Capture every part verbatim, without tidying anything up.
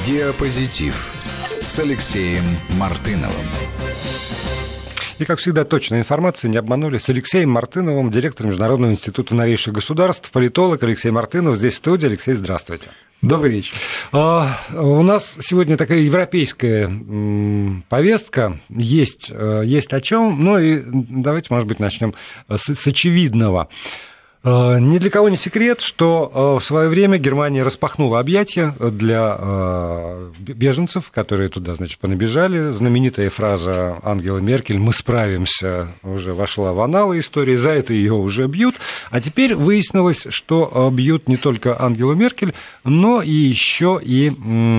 Диапозитив с Алексеем Мартыновым. И, как всегда, точная информация, не обманули, с Алексеем Мартыновым, директором Международного института новейших государств, политолог Алексей Мартынов здесь в студии. Алексей, здравствуйте. Добрый вечер. А, у нас сегодня такая европейская м, повестка, есть, есть о чем, ну и давайте, может быть, начнем с, с очевидного. Ни для кого не секрет, что в свое время Германия распахнула объятия для беженцев, которые туда, значит, понабежали. Знаменитая фраза Ангелы Меркель «Мы справимся» уже вошла в анналы истории, за это ее уже бьют. А теперь выяснилось, что бьют не только Ангелу Меркель, но и еще и...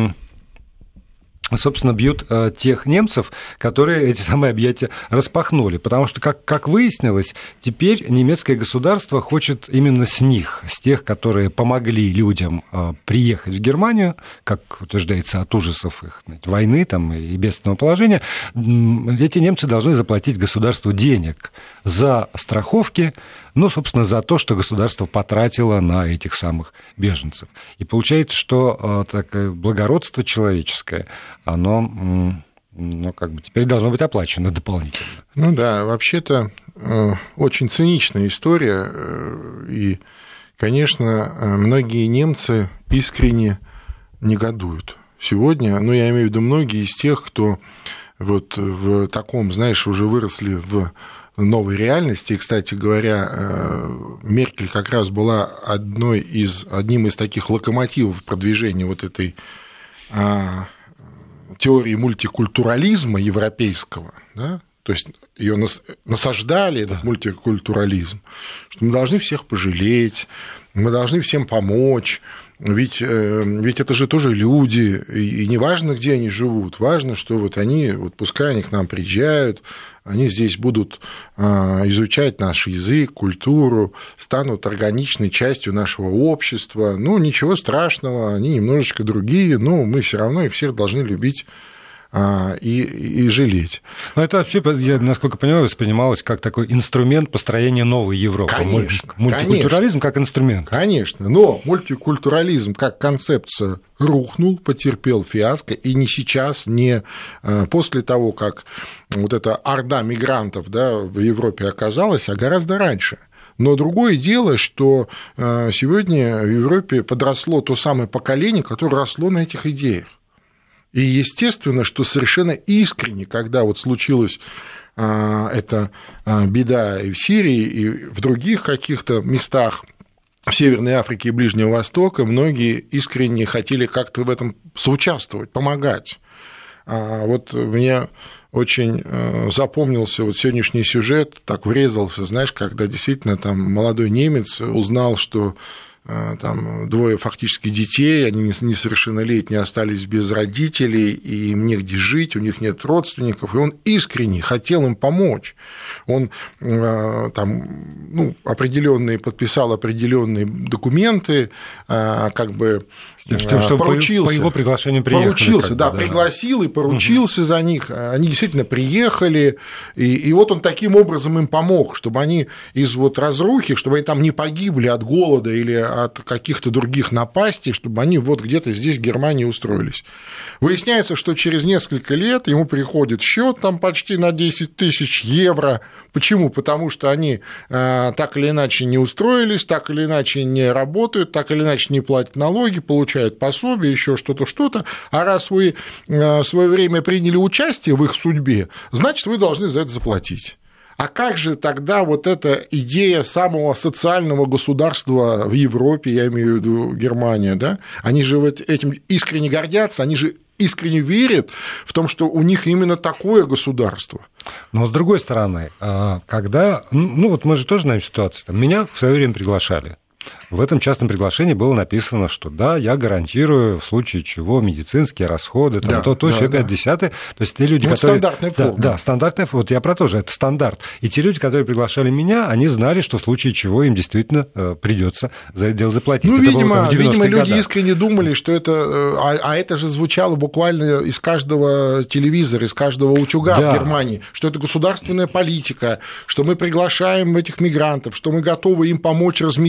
собственно, бьют э, тех немцев, которые эти самые объятия распахнули. Потому что, как, как выяснилось, теперь немецкое государство хочет именно с них, с тех, которые помогли людям э, приехать в Германию, как утверждается, от ужасов их знаете, войны там, и бедственного положения, эти немцы должны заплатить государству денег за страховки, ну, собственно, за то, что государство потратило на этих самых беженцев. И получается, что такое благородство человеческое, оно, ну, как бы теперь должно быть оплачено дополнительно. Ну да, вообще-то очень циничная история, и, конечно, многие немцы искренне негодуют сегодня, ну, я имею в виду многие из тех, кто вот в таком, знаешь, уже выросли в новой реальности. И, кстати говоря, Меркель как раз была одной из, одним из таких локомотивов продвижения вот этой а, теории мультикультурализма европейского, да? То есть ее насаждали, этот мультикультурализм, что мы должны всех пожалеть, мы должны всем помочь, ведь, ведь это же тоже люди, и не важно, где они живут, важно, что вот они, вот пускай они к нам приезжают, они здесь будут изучать наш язык, культуру, станут органичной частью нашего общества, ну, ничего страшного, они немножечко другие, но мы все равно их всех должны любить И, и жалеть. Но это вообще, я, насколько понимаю, воспринималось как такой инструмент построения новой Европы. Конечно, мультикультурализм конечно, как инструмент. Конечно, но мультикультурализм как концепция рухнул, потерпел фиаско, и не сейчас, не после того, как вот эта орда мигрантов, да, в Европе оказалась, а гораздо раньше. Но другое дело, что сегодня в Европе подросло то самое поколение, которое росло на этих идеях. И естественно, что совершенно искренне, когда вот случилась а, эта а, беда и в Сирии, и в других каких-то местах в Северной Африке и Ближнего Востока, многие искренне хотели как-то в этом соучаствовать, помогать. А, вот мне очень запомнился вот сегодняшний сюжет, так врезался, знаешь, когда действительно там молодой немец узнал, что там двое фактически детей, они несовершеннолетние, остались без родителей, и им негде жить, у них нет родственников, и он искренне хотел им помочь. Он там, ну, определенные, подписал определенные документы, как бы тем, что поручился, по его приглашению приехали. Поручился, да, да, пригласил и поручился угу. за них, они действительно приехали, и, и вот он таким образом им помог, чтобы они из вот разрухи, чтобы они там не погибли от голода или от каких-то других напастей, чтобы они вот где-то здесь, в Германии, устроились. Выясняется, что через несколько лет ему приходит счет там почти на десять тысяч евро. Почему? Потому что они так или иначе не устроились, так или иначе не работают, так или иначе не платят налоги, получают пособие, еще что-то, что-то. А раз вы в свое время приняли участие в их судьбе, значит, вы должны за это заплатить. А как же тогда вот эта идея самого социального государства в Европе, я имею в виду Германия, да? Они же вот этим искренне гордятся, они же искренне верят в том, что у них именно такое государство. Но с другой стороны, когда, ну вот мы же тоже знаем ситуацию, там, меня в свое время приглашали. В этом частном приглашении было написано, что да, я гарантирую в случае чего медицинские расходы, там, да, то, то, да, все, да. десятое. То есть те люди, ну, которые... Стандартная да, форма. Да, стандартная форма. Вот я про то же, это стандарт. И те люди, которые приглашали меня, они знали, что в случае чего им действительно придется за это дело заплатить. Ну, это видимо, видимо люди годах. искренне думали, что это... А, а это же звучало буквально из каждого телевизора, из каждого утюга да. в Германии, что это государственная политика, что мы приглашаем этих мигрантов, что мы готовы им помочь разместить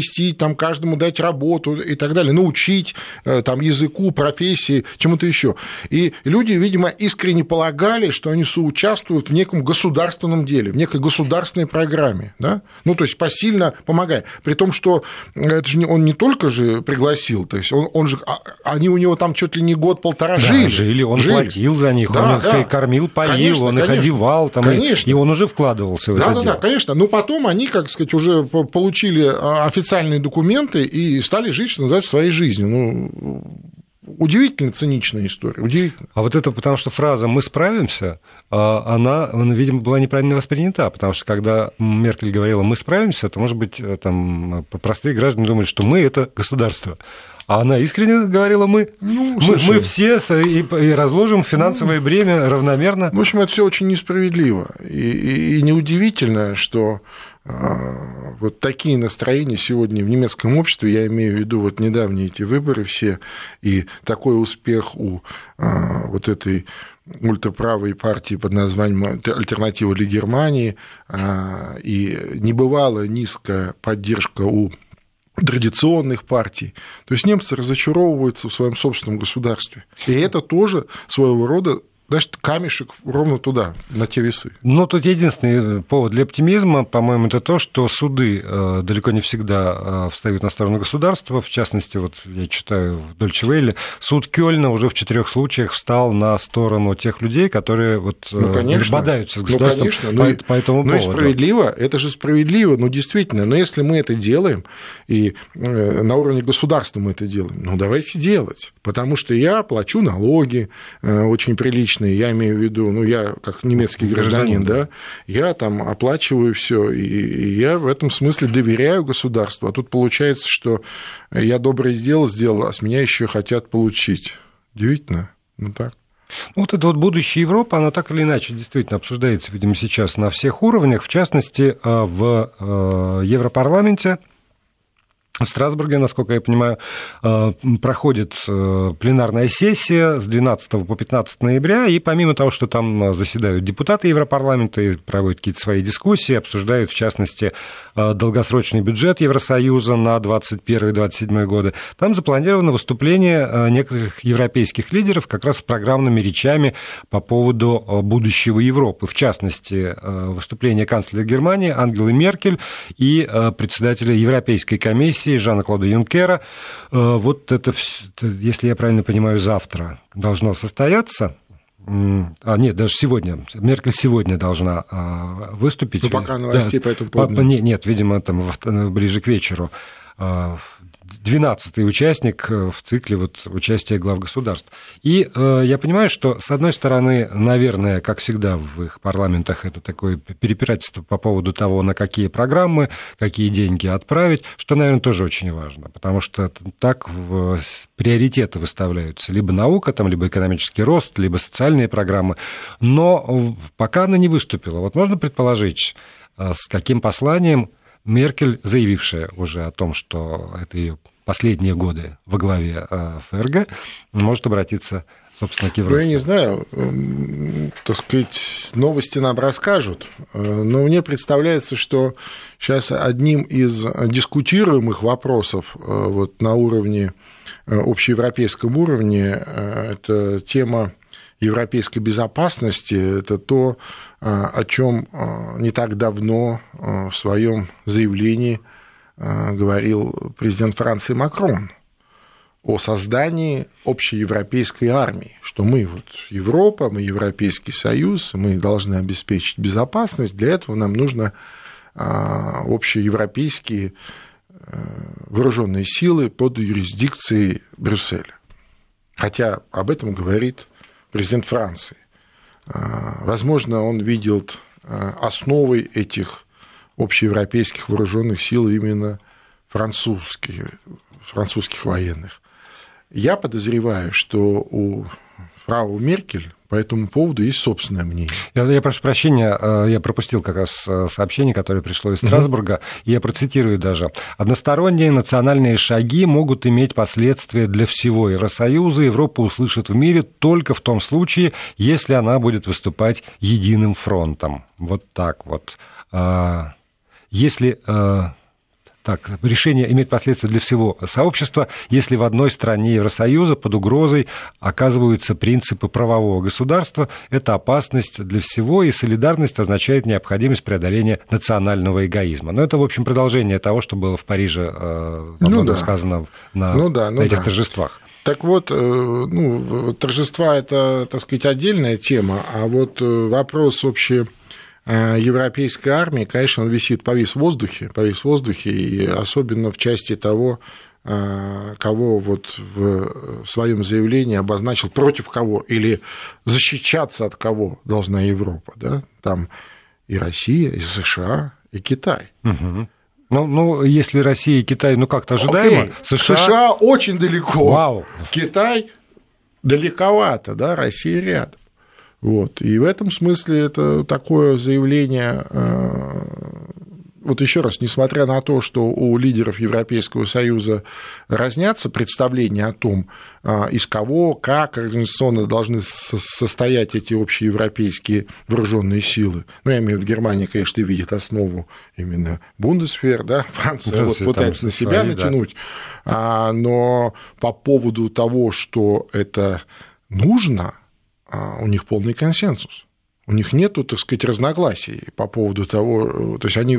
там каждому дать работу и так далее, научить там, языку, профессии, чему-то еще. И люди, видимо, искренне полагали, что они соучаствуют в неком государственном деле, в некой государственной программе. Да? Ну, то есть посильно помогая. При том, что это же не, он не только же пригласил, то есть он, он же, они у него там чуть ли не год-полтора да, жили. жили, он жили. платил за них, да, он да. их кормил, поил, конечно, он конечно, их одевал, там, конечно. И, и он уже вкладывался в да, это да, дело. Да, конечно. Но потом они, как сказать, уже получили официальные документы и стали жить, что называется, своей жизнью. Ну, удивительно циничная история, удивительно. А вот это потому, что фраза «мы справимся», она, видимо, была неправильно воспринята, потому что когда Меркель говорила «мы справимся», то, может быть, там простые граждане думали, что мы – это государство. А она искренне говорила «мы». Ну, мы, мы все и, и разложим финансовое ну, бремя равномерно. В общем, это все очень несправедливо. И, и, и неудивительно, что а, вот такие настроения сегодня в немецком обществе, я имею в виду вот недавние эти выборы все, и такой успех у а, вот этой ультраправой партии под названием «Альтернатива для Германии», а, и небывало низкая поддержка у традиционных партий. То есть немцы разочаровываются в своем собственном государстве. И это тоже своего рода, значит, камешек ровно туда, на те весы. Ну, тут единственный повод для оптимизма, по-моему, это то, что суды далеко не всегда встают на сторону государства. В частности, вот я читаю в Deutsche Welle, суд Кёльна уже в четырех случаях встал на сторону тех людей, которые вот ну, конечно, бодаются с государством ну, конечно, по, ну, по этому ну, поводу. Ну, и справедливо, это же справедливо, ну, действительно, но если мы это делаем, и на уровне государства мы это делаем, ну, давайте делать, потому что я плачу налоги очень прилично, я имею в виду, ну, я как немецкий гражданин, гражданин да, я там оплачиваю все, и я в этом смысле доверяю государству, а тут получается, что я доброе дело сделал, а с меня еще хотят получить. Удивительно, ну так. Вот это вот будущее Европы, оно так или иначе действительно обсуждается, видимо, сейчас на всех уровнях, в частности, в Европарламенте. В Страсбурге, насколько я понимаю, проходит пленарная сессия с двенадцатого по пятнадцатое ноября, и помимо того, что там заседают депутаты Европарламента и проводят какие-то свои дискуссии, обсуждают, в частности, долгосрочный бюджет Евросоюза на двадцать первый — двадцать седьмой годы, там запланировано выступление некоторых европейских лидеров как раз с программными речами по поводу будущего Европы. В частности, выступление канцлера Германии Ангелы Меркель и председателя Европейской комиссии Жана-Клода Юнкера. Вот это, если я правильно понимаю, завтра должно состояться. А, нет, даже сегодня. Меркель сегодня должна выступить. Ну, пока новостей да, по этому поводу. Нет, нет, видимо, там ближе к вечеру. двенадцатый участник в цикле вот, участия глав государств. И э, я понимаю, что, с одной стороны, наверное, как всегда в их парламентах, это такое перепирательство по поводу того, на какие программы, какие деньги отправить, что, наверное, тоже очень важно, потому что так в приоритеты выставляются либо наука, там, либо экономический рост, либо социальные программы, но пока она не выступила. Вот можно предположить, с каким посланием Меркель, заявившая уже о том, что это ее последние годы во главе ФРГ, может обратиться, собственно, к Европе. Ну, я не знаю, так сказать, новости нам расскажут, но мне представляется, что сейчас одним из дискутируемых вопросов вот, на уровне, общеевропейском уровне, это тема европейской безопасности, это то, о чем не так давно в своем заявлении говорил президент Франции Макрон о создании общеевропейской армии, что мы вот Европа, мы Европейский Союз, мы должны обеспечить безопасность, для этого нам нужно общеевропейские вооруженные силы под юрисдикцией Брюсселя. Хотя об этом говорит президент Франции. Возможно, он видел основой этих общеевропейских вооруженных сил именно французских, французских военных. Я подозреваю, что у фрау Меркель по этому поводу есть собственное мнение. Я, я прошу прощения, я пропустил как раз сообщение, которое пришло из Страсбурга, uh-huh. и я процитирую даже. «Односторонние национальные шаги могут иметь последствия для всего Евросоюза. Европа услышит в мире только в том случае, если она будет выступать единым фронтом». Вот так вот. Если так, решение имеет последствия для всего сообщества, если в одной стране Евросоюза под угрозой оказываются принципы правового государства. Это опасность для всего, и солидарность означает необходимость преодоления национального эгоизма. Но это, в общем, продолжение того, что было в Париже во многом ну, да. сказано на, ну, да, ну, на этих да. торжествах. Так вот, ну, торжества – это, так сказать, отдельная тема, а вот вопрос общий европейской армии, конечно, он висит, повис в воздухе, повис в воздухе, и особенно в части того, кого вот в своем заявлении обозначил, против кого или защищаться от кого должна Европа. Да? Там и Россия, и США, и Китай. Угу. Ну, ну, если Россия и Китай, ну, как-то ожидаемо. Окей. США... США очень далеко. Вау. Китай далековато, да, Россия рядом. Вот. И в этом смысле это такое заявление, вот еще раз, несмотря на то, что у лидеров Европейского Союза разнятся представления о том, из кого, как организационно должны состоять эти общеевропейские вооруженные силы. Ну, я имею в виду, Германия, конечно, видит основу именно Бундесвер, да, Франция вот, пытается на себя свои, натянуть, да. Но по поводу того, что это нужно, у них полный консенсус. У них нет, так сказать, разногласий по поводу того, то есть они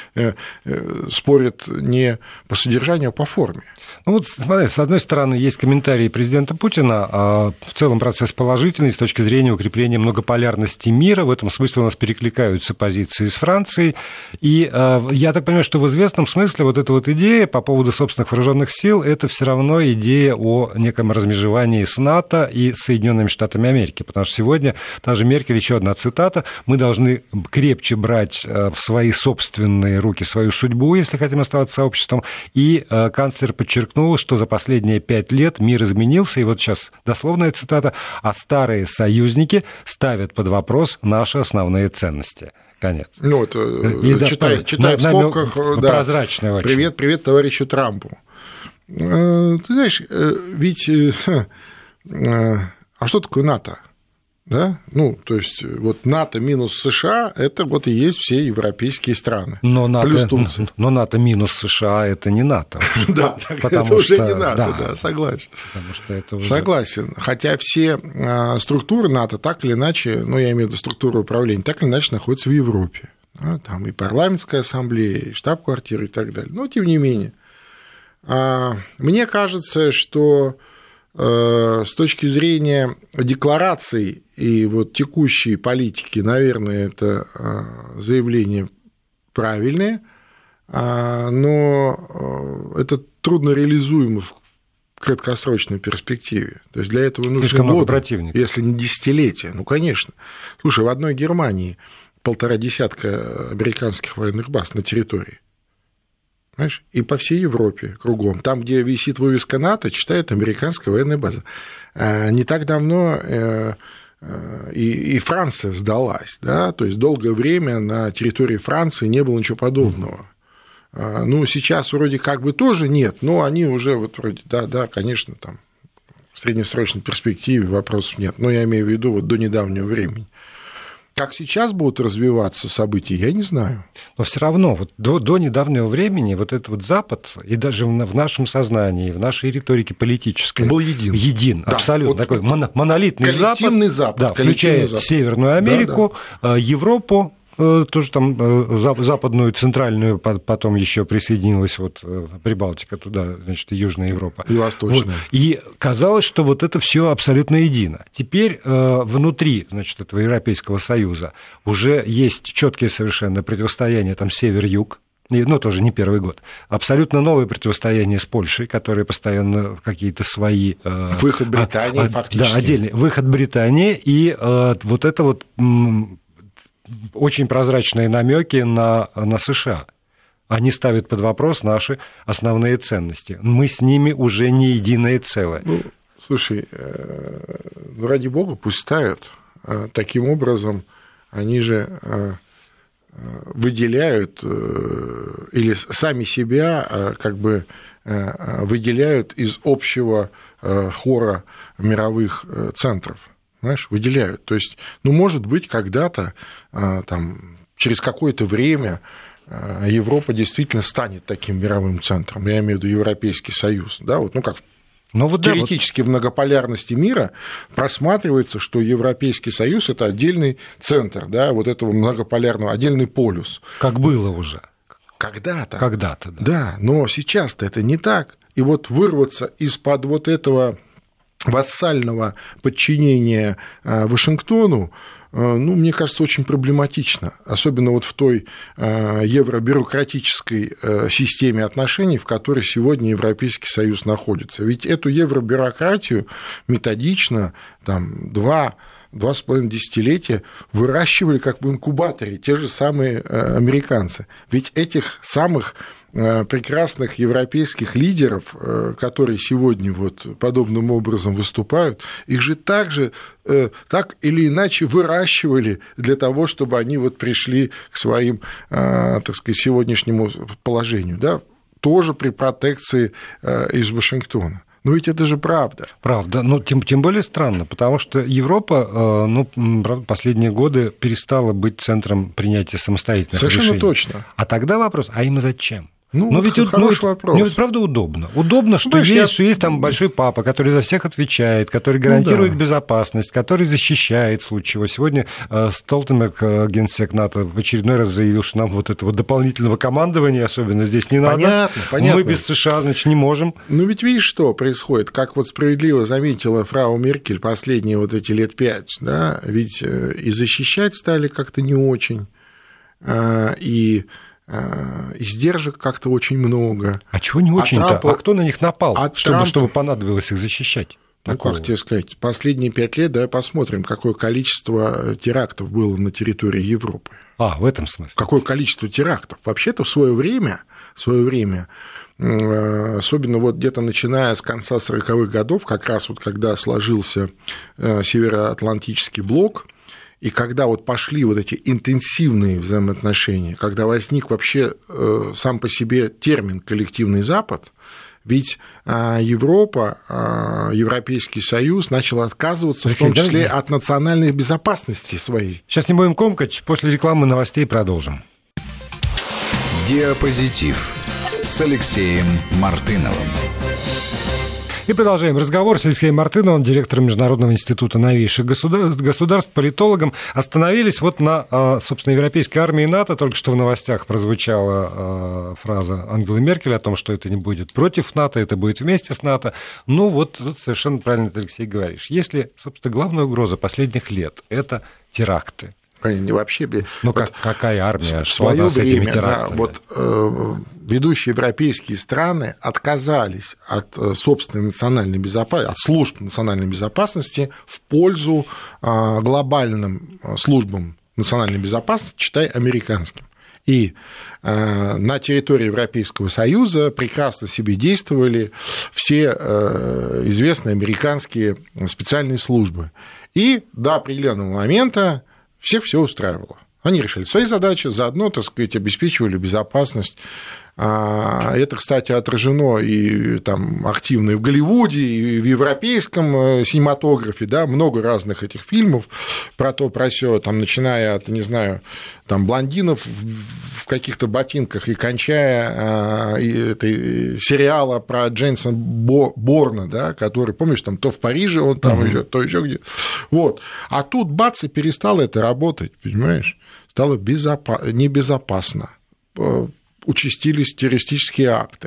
спорят не по содержанию, а по форме. Ну вот, смотри, с одной стороны, есть комментарии президента Путина, а в целом процесс положительный с точки зрения укрепления многополярности мира. В этом смысле у нас перекликаются позиции с Францией. И я так понимаю, что в известном смысле вот эта вот идея по поводу собственных вооруженных сил, это все равно идея о неком размежевании с НАТО и Соединенными Штатами Америки. Потому что сегодня та же Меркель, еще одна цитата, мы должны крепче брать в свои собственные руки свою судьбу, если хотим оставаться сообществом. И канцлер подчеркнул, что за последние пять лет мир изменился, и вот сейчас дословная цитата, а старые союзники ставят под вопрос наши основные ценности. Конец. Ну, вот, и, читай, да, читай на, в скобках, на, да, прозрачный очень. Привет, привет товарищу Трампу. Ты знаешь, ведь, а что такое НАТО? Да? Ну, то есть, вот НАТО минус США – это вот и есть все европейские страны. Но НАТО, но НАТО минус США – это не НАТО. Да, это уже не НАТО, да, согласен. Согласен. Хотя все структуры НАТО так или иначе, ну, я имею в виду структуру управления, так или иначе находятся в Европе. Там и парламентская ассамблея, и штаб-квартира и так далее. Но, тем не менее, мне кажется, что с точки зрения деклараций и вот текущей политики, наверное, это заявление правильное, но это трудно реализуемо в краткосрочной перспективе. То есть для этого нужны годы, если не десятилетия. Ну, конечно. Слушай, в одной Германии полтора десятка американских военных баз на территории. Понимаешь? И по всей Европе кругом. Там, где висит вывеска НАТО, читает американская военная база. Не так давно и, и Франция сдалась. Да? То есть долгое время на территории Франции не было ничего подобного. Ну, сейчас вроде как бы тоже нет, но они уже вот вроде, да, да, конечно, там в среднесрочной перспективе вопросов нет. Но я имею в виду вот до недавнего времени. Как сейчас будут развиваться события, я не знаю. Но все равно вот до, до недавнего времени вот этот вот Запад, и даже в нашем сознании, в нашей риторике политической... был един. Един, да, абсолютно. Вот такой монолитный Запад, Запад да, включая Запад. Северную Америку, да, да. Европу, тоже там западную, центральную, потом еще присоединилась вот Прибалтика туда, значит, и Южная Европа. И Восточная. Вот. И казалось, что вот это все абсолютно едино. Теперь внутри, значит, этого Европейского Союза уже есть четкие совершенно противостояния, там север-юг, ну, тоже не первый год. Абсолютно новое противостояние с Польшей, которые постоянно какие-то свои... Выход Британии, а, фактически. Да, отдельный. Выход Британии, и вот это вот... очень прозрачные намеки на, на США. Они ставят под вопрос наши основные ценности. Мы с ними уже не единое целое. Ну, слушай, ну, ради бога, пусть ставят. Таким образом, они же выделяют или сами себя как бы выделяют из общего хора мировых центров. Знаешь, выделяют. То есть, ну, может быть, когда-то, там, через какое-то время Европа действительно станет таким мировым центром, я имею в виду Европейский Союз, да, вот, ну как Ну, вот теоретически да, вот... в многополярности мира просматривается, что Европейский Союз – это отдельный центр, да, вот этого многополярного, отдельный полюс. Как было уже. Когда-то. Когда-то, да. Да, но сейчас-то это не так. И вот вырваться из-под вот этого вассального подчинения Вашингтону, ну, мне кажется, очень проблематично, особенно вот в той евробюрократической системе отношений, в которой сегодня Европейский Союз находится. Ведь эту евробюрократию методично там, два два с половиной десятилетия выращивали как в инкубаторе те же самые американцы. Ведь этих самых прекрасных европейских лидеров, которые сегодня вот подобным образом выступают, их же также так или иначе выращивали для того, чтобы они вот пришли к своим, так сказать, сегодняшнему положению, да, тоже при протекции из Вашингтона. Но ведь это же правда. Правда. Но тем, тем более странно, потому что Европа, ну, правда, последние годы перестала быть центром принятия самостоятельных Совершенно решений. Совершенно точно. А тогда вопрос, а им зачем? Ну, ну, вот ведь хороший ну, вопрос. Мне ведь правда удобно. Удобно, что, Знаешь, есть, я... что есть там большой папа, который за всех отвечает, который гарантирует ну, да. безопасность, который защищает в случае чего. Сегодня Столтенберг, генсек НАТО, в очередной раз заявил, что нам вот этого дополнительного командования особенно здесь не понятно, надо. Понятно. Мы без США, значит, не можем. Ну ведь видишь, что происходит, как вот справедливо заметила фрау Меркель последние вот эти лет пять, да, ведь и защищать стали как-то не очень, и издержек как-то очень много. А чего не очень-то? А, Трампа... а кто на них напал, а чтобы, Трампа... чтобы понадобилось их защищать? Ну, Такого. как тебе сказать, последние пять лет, давай посмотрим, какое количество терактов было на территории Европы. А, в этом смысле. Какое количество терактов. Вообще-то в свое время, в свое время, особенно вот где-то начиная с конца сороковых годов, как раз вот когда сложился Североатлантический блок, и когда вот пошли вот эти интенсивные взаимоотношения, когда возник вообще сам по себе термин «коллективный Запад», ведь Европа, Европейский Союз начал отказываться, Алексей, в том числе да? от национальной безопасности своей. Сейчас не будем комкать, после рекламы новостей продолжим. Диапозитив с Алексеем Мартыновым. И продолжаем разговор с Алексеем Мартыновым, директором Международного института новейших государств, политологом. Остановились вот на, собственно, европейской армии НАТО. Только что в новостях прозвучала фраза Ангелы Меркель о том, что это не будет против НАТО, это будет вместе с НАТО. Ну вот тут совершенно правильно ты, Алексей, говоришь. Если, собственно, главная угроза последних лет – это теракты. Не вообще... Ну, вот как, какая армия? В свое с этими время терактами? Да, вот, э, ведущие европейские страны отказались от собственной национальной безопасности, от служб национальной безопасности в пользу э, глобальным службам национальной безопасности, читай американским. И э, на территории Европейского Союза прекрасно себе действовали все э, известные американские специальные службы. И до определенного момента всех все устраивало. Они решили свои задачи, заодно, так сказать, обеспечивали безопасность. Это, кстати, отражено и там, активно и в Голливуде, и в европейском синематографе, да, много разных этих фильмов про то, про сё, там, начиная от, не знаю, там, блондинов в каких-то ботинках и кончая этой сериала про Джеймса Борна, да, который, помнишь, там, то в Париже он там mm-hmm. еще, то еще где-то. Вот. А тут, бац, и перестало это работать, понимаешь? Стало безопа- небезопасно. Участились террористические акты.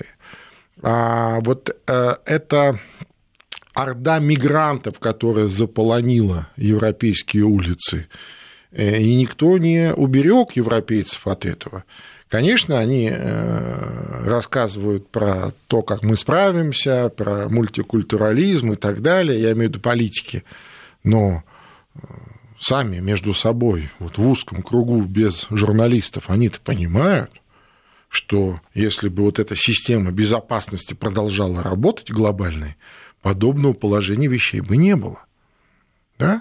А вот эта орда мигрантов, которая заполонила европейские улицы, и никто не уберег европейцев от этого. Конечно, они рассказывают про то, как мы справимся, про мультикультурализм и так далее, я имею в виду политики, но сами между собой, вот в узком кругу без журналистов, они-то понимают, что если бы вот эта система безопасности продолжала работать глобальной, подобного положения вещей бы не было. Да?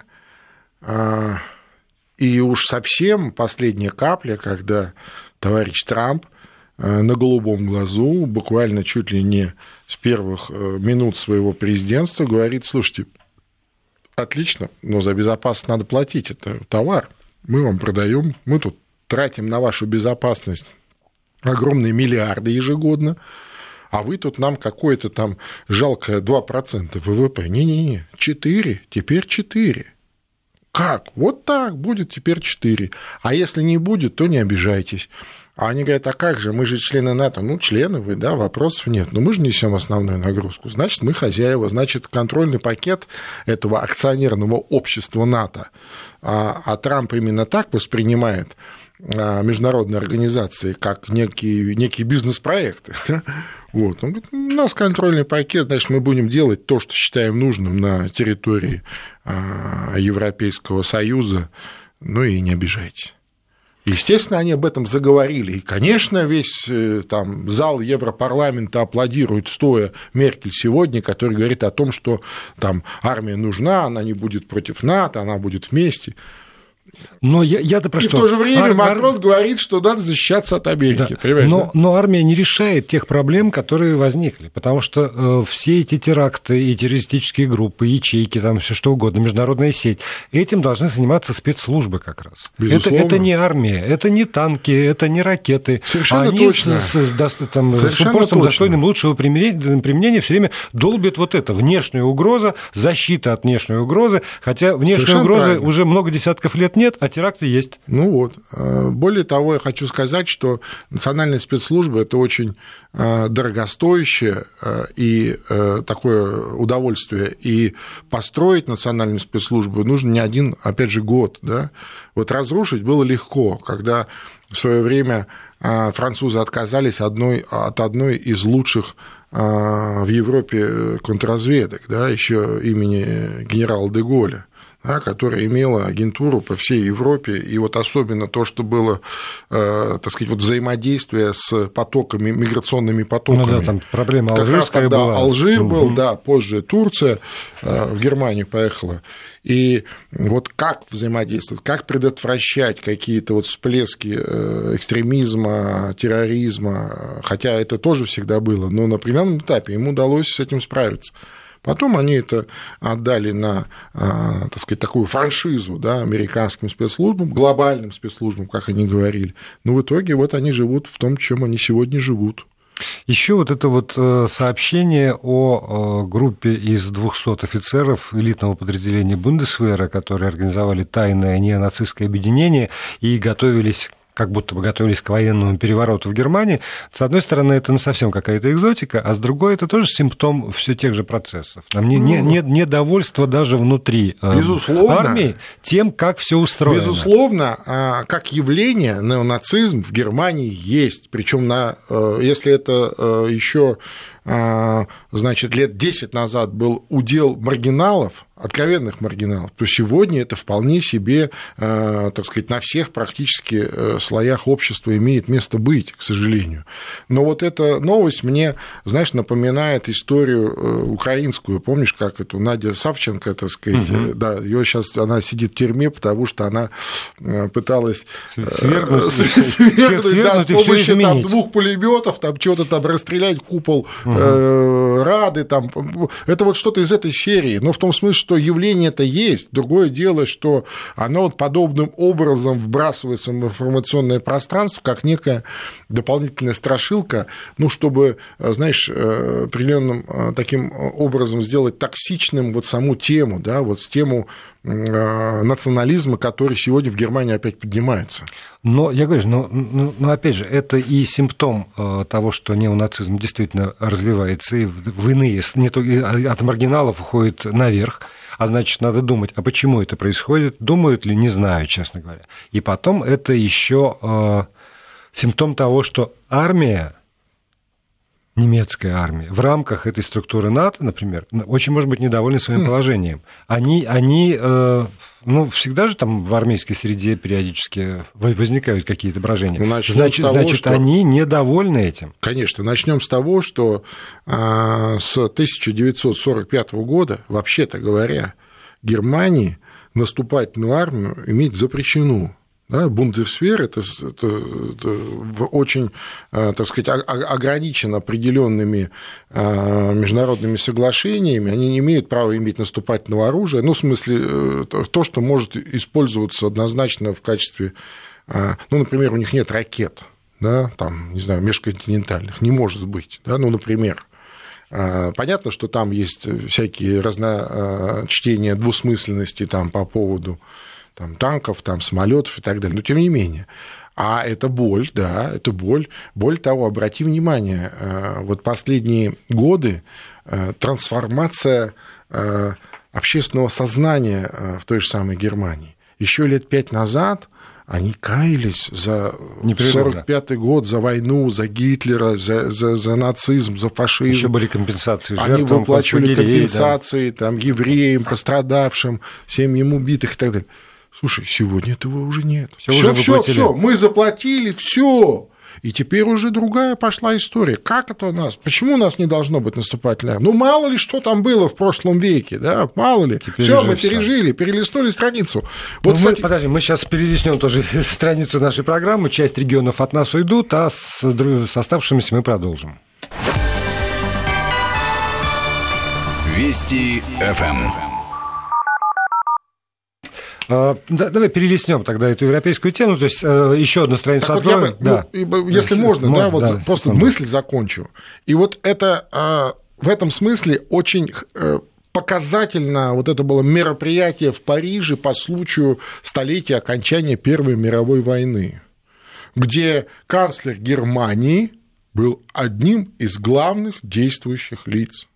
И уж совсем последняя капля, когда товарищ Трамп на голубом глазу, буквально чуть ли не с первых минут своего президентства, говорит: слушайте, отлично, но за безопасность надо платить, это товар, мы вам продаем, мы тут тратим на вашу безопасность огромные миллиарды ежегодно, а вы тут нам какое-то там жалкое два процента ВВП. Не-не-не, четыре, теперь четыре. Как? Вот так, будет теперь четыре. А если не будет, то не обижайтесь. А они говорят, а как же, мы же члены НАТО. Ну, члены вы, да, вопросов нет. Но мы же несем основную нагрузку. Значит, мы хозяева. Значит, контрольный пакет этого акционерного общества НАТО. А, а Трамп именно так воспринимает международные организации как некие, некие бизнес-проекты. Вот. Он говорит, у нас контрольный пакет, значит, мы будем делать то, что считаем нужным на территории Европейского Союза, ну и не обижайтесь. Естественно, они об этом заговорили. И, конечно, весь там, зал Европарламента аплодирует, стоя Меркель сегодня, который говорит о том, что там, армия нужна, она не будет против НАТО, она будет вместе. Но я, я-то про и что? в то же время Ар- Макрон ар... говорит, что надо защищаться от Америки. Да. Но, да? но армия не решает тех проблем, которые возникли, потому что э, все эти теракты и террористические группы, ячейки, там все что угодно, международная сеть, этим должны заниматься спецслужбы как раз. Это, это не армия, это не танки, это не ракеты. Совершенно Они точно. С, с, там, с упорством достойным лучшего применения, применения все время долбят вот это. Внешняя угроза, защита от внешней угрозы, хотя внешней Совершенно угрозы правильно. Уже много десятков лет нет, а теракты есть. Ну вот. Более того, я хочу сказать, что национальная спецслужба – это очень дорогостоящее и такое удовольствие. И построить национальную спецслужбу нужно не один, опять же, год. Да? Вот разрушить было легко, когда в свое время французы отказались одной, от одной из лучших в Европе контрразведок, да, еще имени генерала де Голля, да, которая имела агентуру по всей Европе, и вот особенно то, что было, э, так сказать, вот взаимодействие с потоками, миграционными потоками. Ну да, там проблема как раз когда была. Алжир угу. был, да, позже Турция э, в Германию поехала. И вот как взаимодействовать, как предотвращать какие-то вот всплески экстремизма, терроризма, хотя это тоже всегда было, но на определенном этапе им удалось с этим справиться. Потом они это отдали на, так сказать, такую франшизу, да, американским спецслужбам, глобальным спецслужбам, как они говорили. Но в итоге вот они живут в том, чем они сегодня живут. Еще вот это вот сообщение о группе из двухсот офицеров элитного подразделения Бундесвера, которые организовали тайное неонацистское объединение и готовились как будто бы готовились к военному перевороту в Германии. С одной стороны, это ну, совсем какая-то экзотика, а с другой, это тоже симптом все тех же процессов. Там не, не, нет недовольства даже внутри Безусловно. армии тем, как все устроено. Безусловно, как явление неонацизм в Германии есть. Причем, на, если это еще значит, лет десять назад был удел маргиналов, откровенных маргиналов, то сегодня это вполне себе, так сказать, на всех практически слоях общества имеет место быть, к сожалению. Но вот эта новость мне, знаешь, напоминает историю украинскую. Помнишь, как эту Надя Савченко, так сказать, угу. да, ее сейчас она сидит в тюрьме, потому что она пыталась свергнуть, свергнуть да, с помощью там, двух пулеметов, там чего-то там расстрелять купол угу. Рады, там, это вот что-то из этой серии, но в том смысле, что явление-то есть. Другое дело, что оно вот подобным образом вбрасывается в информационное пространство, как некая дополнительная страшилка, ну, чтобы, знаешь, определенным таким образом сделать токсичным вот саму тему, да, вот тему национализма, который сегодня в Германии опять поднимается. Но я говорю, но, но, но опять же, это и симптом того, что неонацизм действительно развивается, и в иные, не только от маргиналов уходит наверх, а значит, надо думать, а почему это происходит, думают ли, не знаю, честно говоря. И потом это еще э, симптом того, что армия, немецкая армия, в рамках этой структуры НАТО, например, очень может быть недовольна своим mm. положением. Они, они э, ну, всегда же там в армейской среде периодически возникают какие-то брожения. Ну, значит, того, значит что... они недовольны этим. Конечно. Начнем с того, что э, с тысяча девятьсот сорок пятого года, вообще-то говоря, Германии наступательную армию иметь запрещено. Да, Бундесвер это, это, это очень, так сказать, ограничен определенными международными соглашениями, они не имеют права иметь наступательного оружия, ну, в смысле, то, что может использоваться однозначно в качестве, ну, например, у них нет ракет. да, там, не знаю, межконтинентальных, не может быть, да, ну, например. Понятно, что там есть всякие разночтения двусмысленности там, по поводу там, танков, там, самолетов и так далее, но тем не менее. А это боль, да, это боль. Боль того, обрати внимание, вот последние годы трансформация общественного сознания в той же самой Германии. Еще лет пять назад они каялись за сорок пятый год, за войну, за Гитлера, за, за, за нацизм, за фашизм. Еще были компенсации жертвам. Они выплачивали компенсации да. там, евреям, пострадавшим, семьям убитых и так далее. Слушай, сегодня этого уже нет. Все, все, все, мы заплатили, все. И теперь уже другая пошла история. Как это у нас? Почему у нас не должно быть наступательной армии? Ну, мало ли, что там было в прошлом веке, да, мало ли. Все, мы всё. пережили, перелистнули страницу. Вот, ну, кстати... мы, подожди, мы сейчас перелистнем тоже страницу нашей программы. Часть регионов от нас уйдут, а с, с оставшимися мы продолжим. Вести эф эм. Да, давай перелистнем тогда эту европейскую тему, то есть еще одну страницу так откроем. Вот да. ну, если можно, можно, да, вот да, просто секунду. мысль закончу. И вот это в этом смысле очень показательно, вот это было мероприятие в Париже по случаю столетия окончания Первой мировой войны, где канцлер Германии был одним из главных действующих лиц.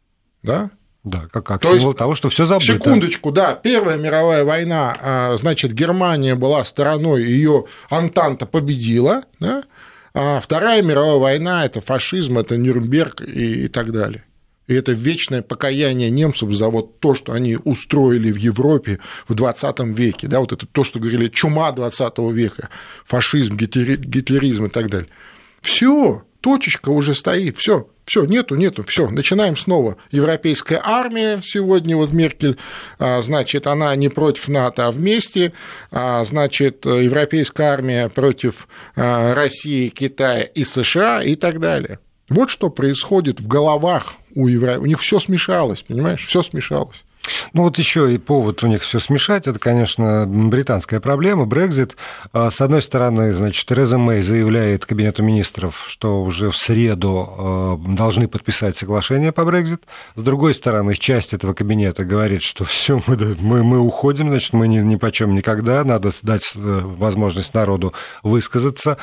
Да? Да, как, как символ есть, того, что все забыто. Секундочку, да, Первая мировая война, значит, Германия была стороной, ее Антанта победила, да? А Вторая мировая война – это фашизм, это Нюрнберг и, и так далее. И это вечное покаяние немцев за вот то, что они устроили в Европе в двадцатом веке, да, вот это то, что говорили, чума двадцатого века, фашизм, гитлеризм и так далее. Все, точечка уже стоит, все. Все, нету, нету, все, начинаем снова. Европейская армия сегодня, вот Меркель, значит, она не против НАТО, а вместе, значит, европейская армия против России, Китая и США и так далее. Вот что происходит в головах у евреев. У них все смешалось, понимаешь, все смешалось. Ну вот еще и повод у них все смешать, это, конечно, британская проблема, Брексит. С одной стороны, значит, Тереза Мэй заявляет Кабинету министров, что уже в среду должны подписать соглашение по Брексит. С другой стороны, часть этого кабинета говорит, что все, мы, мы, мы уходим, значит, мы ни, ни почем никогда, надо дать возможность народу высказаться.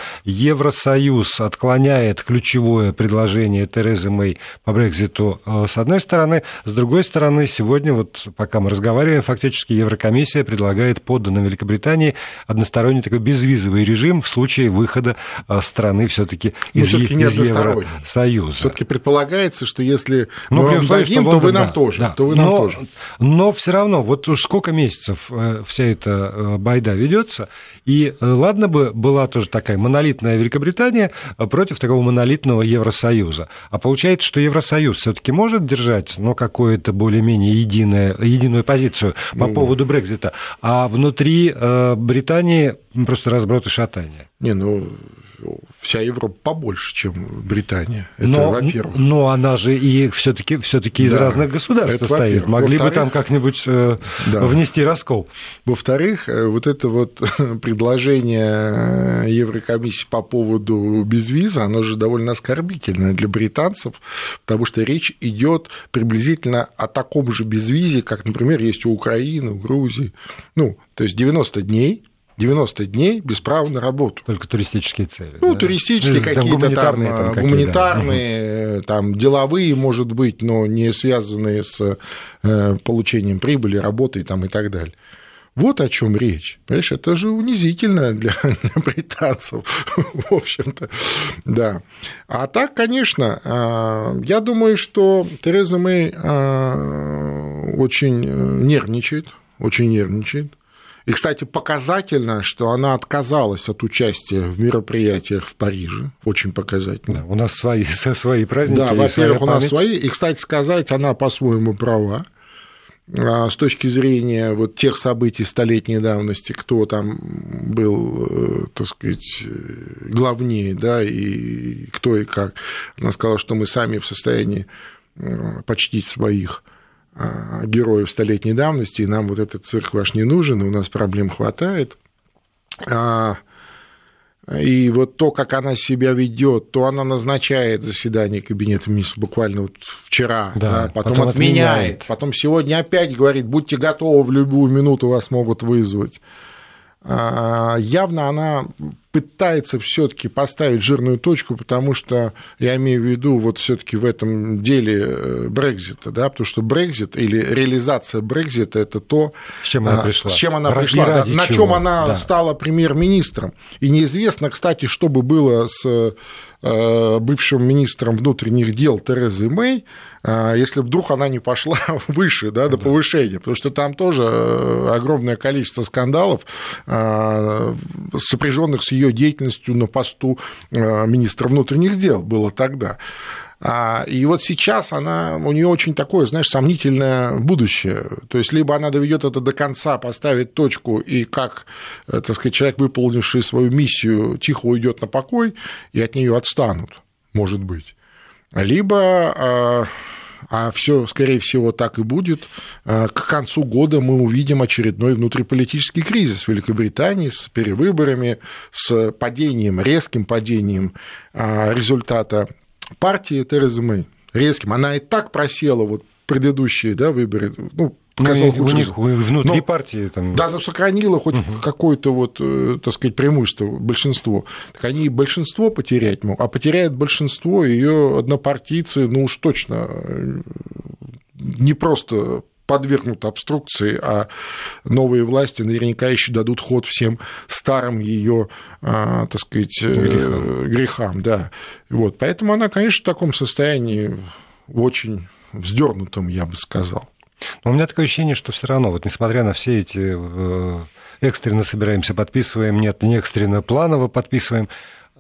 Евросоюз отклоняет ключевое предложение Терезы Мэй по Брекситу с одной стороны, с другой стороны, сегодня вот пока мы разговариваем, фактически Еврокомиссия предлагает подданным Великобритании односторонний такой безвизовый режим в случае выхода страны все-таки из, из Евросоюза. Все-таки предполагается, что если мы вам дадим, то вы нам да, тоже. Да. То вы но, нам тоже. Но все равно, вот уж сколько месяцев вся эта байда ведется, и ладно бы была тоже такая монолитная Великобритания против такого монолитного Евросоюза. А получается, что Евросоюз все-таки может держать, ну, какое-то более-менее единое единую позицию по ну, поводу Брексита, а внутри э, Британии просто разброд и шатание. Не, ну, вся Европа побольше, чем Британия. Это, но, во-первых. Но она же и все-таки все-таки из да, разных государств состоит. Могли бы там как-нибудь э, да. внести раскол. Во-вторых, вот это вот предложение Еврокомиссии по поводу безвиза, оно же довольно оскорбительное для британцев, потому что речь идет приблизительно о таком же безвизе, как, например, есть у Украины, у Грузии. Ну, то есть девяносто дней. девяносто дней без права на работу. Только туристические цели. Ну, да? туристические там какие-то гуманитарные, там, там, гуманитарные да. там, деловые, может быть, но не связанные с получением прибыли, работой там, и так далее. Вот о чем речь. Понимаешь, это же унизительно для, для британцев, в общем-то. Да. А так, конечно, я думаю, что Тереза Мэй очень нервничает, очень нервничает. И, кстати, показательно, что она отказалась от участия в мероприятиях в Париже. Очень показательно. Да, у нас свои, свои праздники. Да, во-первых, у нас свои. И, кстати сказать, она по-своему права. С точки зрения вот тех событий столетней давности, кто там был, так сказать, главнее, да, и кто и как. Она сказала, что мы сами в состоянии почтить своих героев столетней давности, и нам вот этот цирк ваш не нужен, и у нас проблем хватает. И вот то, как она себя ведет, то она назначает заседание кабинета министров буквально вот вчера, да, да, потом, потом отменяет, отменяет, потом сегодня опять говорит, будьте готовы, в любую минуту вас могут вызвать. Явно она пытается все-таки поставить жирную точку, потому что я имею в виду вот все-таки в этом деле Брексита, да, потому что Брексит или реализация Брексита это то, с чем она пришла, с чем она пришла, да, на чем она да. стала премьер-министром. И неизвестно, кстати, что бы было с бывшим министром внутренних дел Терезой Мэй, если вдруг она не пошла выше, да, до да. повышения, потому что там тоже огромное количество скандалов, сопряженных с ее деятельностью на посту министра внутренних дел было тогда. И вот сейчас она, у нее очень такое, знаешь, сомнительное будущее. То есть, либо она доведет это до конца, поставит точку, и как, так сказать, человек, выполнивший свою миссию, тихо уйдет на покой, и от нее отстанут, может быть. Либо, а все, скорее всего, так и будет, к концу года мы увидим очередной внутриполитический кризис в Великобритании с перевыборами, с падением, резким падением результата партии Терезы Мэй, резким. Она и так просела вот предыдущие, да, выборы, ну, показала ну, у них внутри но, партии там... Да, но сохранила хоть угу. какое-то вот, так сказать, преимущество, большинство. Так они и большинство потерять могут, а потеряет большинство ее однопартийцы, ну уж точно не просто подвергнут обструкции, а новые власти наверняка еще дадут ход всем старым ее, так сказать, грехам. грехам да. Вот. Поэтому она, конечно, в таком состоянии очень вздернутом, я бы сказал. Но у меня такое ощущение, что все равно, вот несмотря на все эти экстренно собираемся, подписываем, нет, не экстренно, планово подписываем,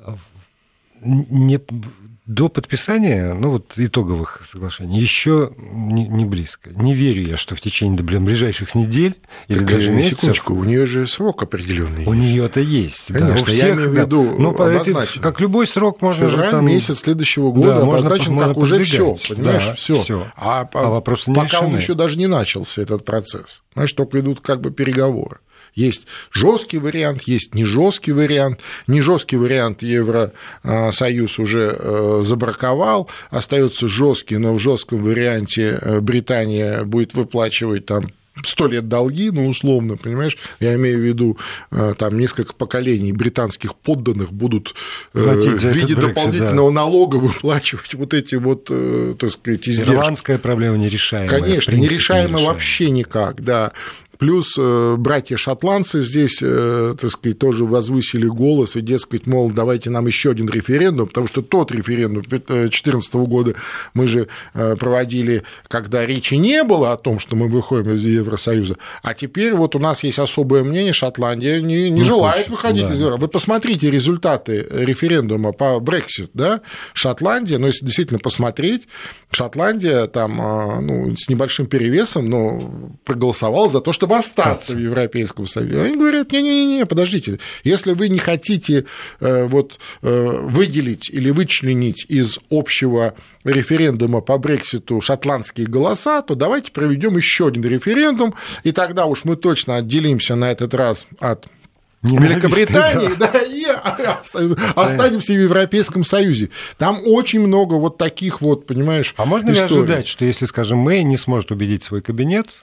не... До подписания, ну вот итоговых соглашений, еще не, не близко. Не верю я, что в течение блин, ближайших недель или так, даже месяцев... Секундочку, у нее же срок определенный. У нее-то есть. Конечно, да, у всех, я имею в виду, ну, это, как любой срок можно Февраль, же там... месяц следующего года да, обозначен можно, как можно уже все, понимаешь, да, все. всё. А, а вопросы не пока решены. Он еще даже не начался, этот процесс. Знаешь, только идут как бы переговоры. Есть жесткий вариант, есть не жесткий вариант. Не жесткий вариант Евросоюз уже забраковал, остается жесткий, но в жестком варианте Британия будет выплачивать там сто лет долги, ну, условно, понимаешь, я имею в виду, там несколько поколений британских подданных будут Платить в виде Brexit, дополнительного да. налога выплачивать вот эти вот, так сказать, издержки. Ирландская проблема нерешаемая. Конечно, нерешаемая вообще никак, да. Плюс братья-шотландцы здесь, так сказать, тоже возвысили голос и, дескать, мол, давайте нам еще один референдум, потому что тот референдум две тысячи четырнадцатого года мы же проводили, когда речи не было о том, что мы выходим из Евросоюза, а теперь вот у нас есть особое мнение, Шотландия не, не, не желает хочет, выходить да. из Евросоюза. Вы посмотрите результаты референдума по Brexit, да, Шотландия, ну, если действительно посмотреть, Шотландия там, ну, с небольшим перевесом, но проголосовала за то, чтобы остаться в Европейском Союзе. Они говорят, не-не-не, подождите, если вы не хотите вот, выделить или вычленить из общего референдума по Брекситу шотландские голоса, то давайте проведем еще один референдум, и тогда уж мы точно отделимся на этот раз от Великобритании, да. Да, и останемся в Европейском Союзе. Там очень много вот таких вот, понимаешь, А можно историй. ли ожидать, что если, скажем, Мэй не сможет убедить свой кабинет,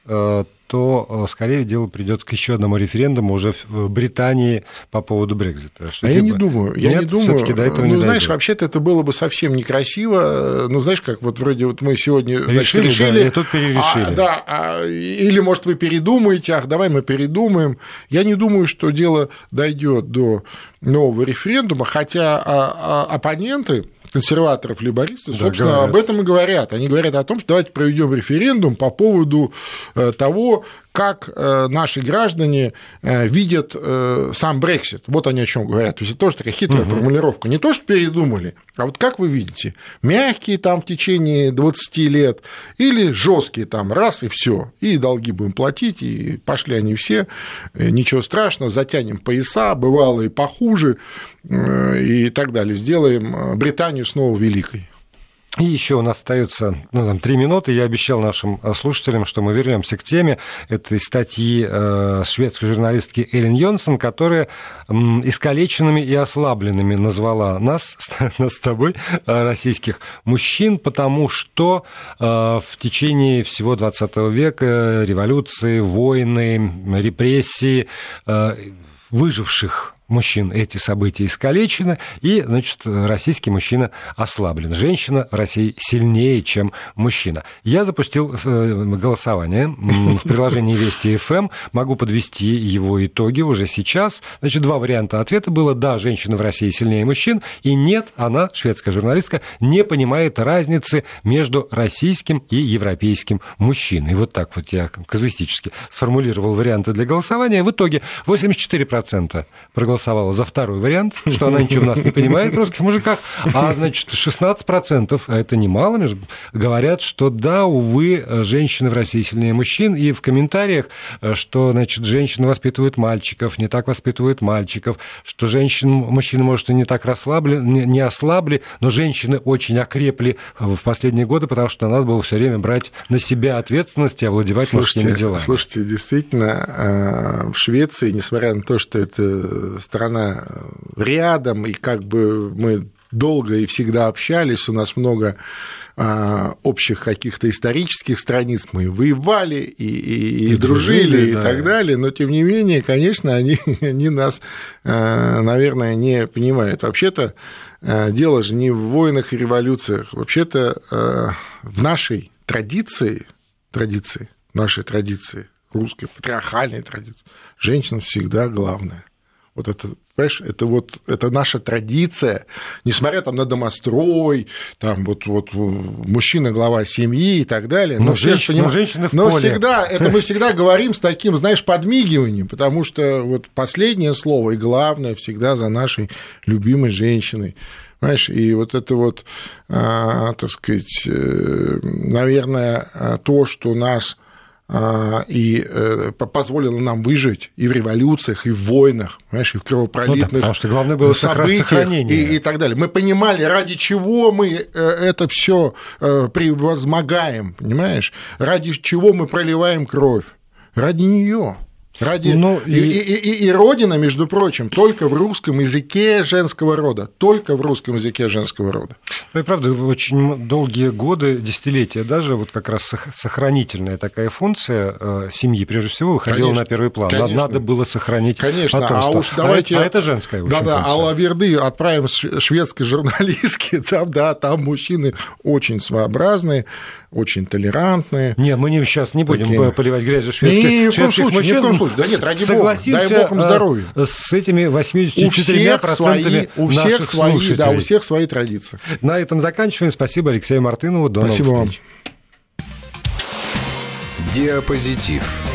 то, скорее, дело придет к еще одному референдуму уже в Британии по поводу Брексита? Что, а типа, я не думаю. Я нет, не думаю. До этого ну, не знаешь, дойдет. вообще-то это было бы совсем некрасиво. Ну, знаешь, как вот вроде вот мы сегодня решили, значит, решили да, и тут перерешили. А, да, а, или, может, вы передумаете, ах, давай мы передумаем. Я не думаю, что дело дойдет до нового референдума, хотя а, а, оппоненты консерваторов, лейбористов, да, собственно, говорят. об этом и говорят. Они говорят о том, что давайте проведем референдум по поводу того, как наши граждане видят сам Брексит. Вот они о чем говорят. То есть это тоже такая хитрая угу. формулировка. Не то, что передумали, а вот как вы видите, мягкие там в течение двадцати лет или жесткие там раз и все, и долги будем платить, и пошли они все, ничего страшного, затянем пояса, бывало и похуже, и так далее. Сделаем Британию снова великой. И еще у нас остается ну, там, три минуты. Я обещал нашим слушателям, что мы вернемся к теме этой статьи э, шведской журналистки Элин Йонсон, которая э, искалеченными и ослабленными назвала нас, нас с тобой, российских мужчин, потому что э, в течение всего двадцатого века революции, войны, репрессии, э, выживших мужчин эти события искалечены, и, значит, российский мужчина ослаблен. Женщина в России сильнее, чем мужчина. Я запустил голосование в приложении Вести эф эм. Могу подвести его итоги уже сейчас. Значит, два варианта ответа было: да, женщина в России сильнее мужчин, и нет, она, шведская журналистка, не понимает разницы между российским и европейским мужчиной. Вот так вот я казуистически сформулировал варианты для голосования. В итоге восемьдесят четыре процента проголосовали голосовала за второй вариант, что она ничего в нас не понимает, в русских мужиках, а, значит, шестнадцать процентов, а это немало, говорят, что да, увы, женщины в России сильнее мужчин, и в комментариях, что, значит, женщины воспитывают мальчиков, не так воспитывают мальчиков, что женщин, мужчины, может, и не так расслабли, не ослабли, но женщины очень окрепли в последние годы, потому что надо было все время брать на себя ответственность и овладевать мужскими делами. Слушайте, действительно, в Швеции, несмотря на то, что это страна рядом, и как бы мы долго и всегда общались, у нас много а, общих каких-то исторических страниц, мы воевали и, и, и, и дружили, дружили, и да. так далее, но тем не менее, конечно, они, они нас, а, наверное, не понимают. Вообще-то а, дело же не в войнах и революциях, вообще-то а, в нашей традиции, традиции, нашей традиции, русской патриархальной традиции, женщина всегда главная. Вот это, понимаешь, это вот это наша традиция, несмотря там на домострой, там вот, вот мужчина глава семьи и так далее. Но, но, все женщины, понимают, но женщины в но поле. Всегда, это мы всегда говорим с таким, знаешь, подмигиванием, потому что вот последнее слово и главное всегда за нашей любимой женщиной. Понимаешь, и вот это вот, а, так сказать, наверное, то, что нас и позволило нам выжить и в революциях, и в войнах, понимаешь, и в кровопролитных ну, да, потому что главное было событиях и, и так далее. Мы понимали, ради чего мы это все превозмогаем, понимаешь, ради чего мы проливаем кровь, ради нее. Ради... Ну, и... И, и, и Родина, между прочим, только в русском языке женского рода. Только в русском языке женского рода. Ну и правда, очень долгие годы, десятилетия даже, вот как раз сохранительная такая функция семьи, прежде всего, выходила конечно, на первый план. Конечно. Надо было сохранить конечно. потомство. А уж давайте... А, а это женская очень Да-да, функция. А лаверды отправим шведской журналистке, там, да, там мужчины очень своеобразные, очень толерантные. Нет, мы не, сейчас не будем такие... поливать грязью шведских, ни в коем шведских случае, мужчин. Ни в коем случае. Да нет, ради бога, дай бог им здоровья. С этими восемьдесят четырёмя процентами у всех наших свои, слушателей. Да, у всех свои традиции. На этом заканчиваем. Спасибо Алексею Мартынову. До Спасибо новых встреч. Вам. Диапозитив.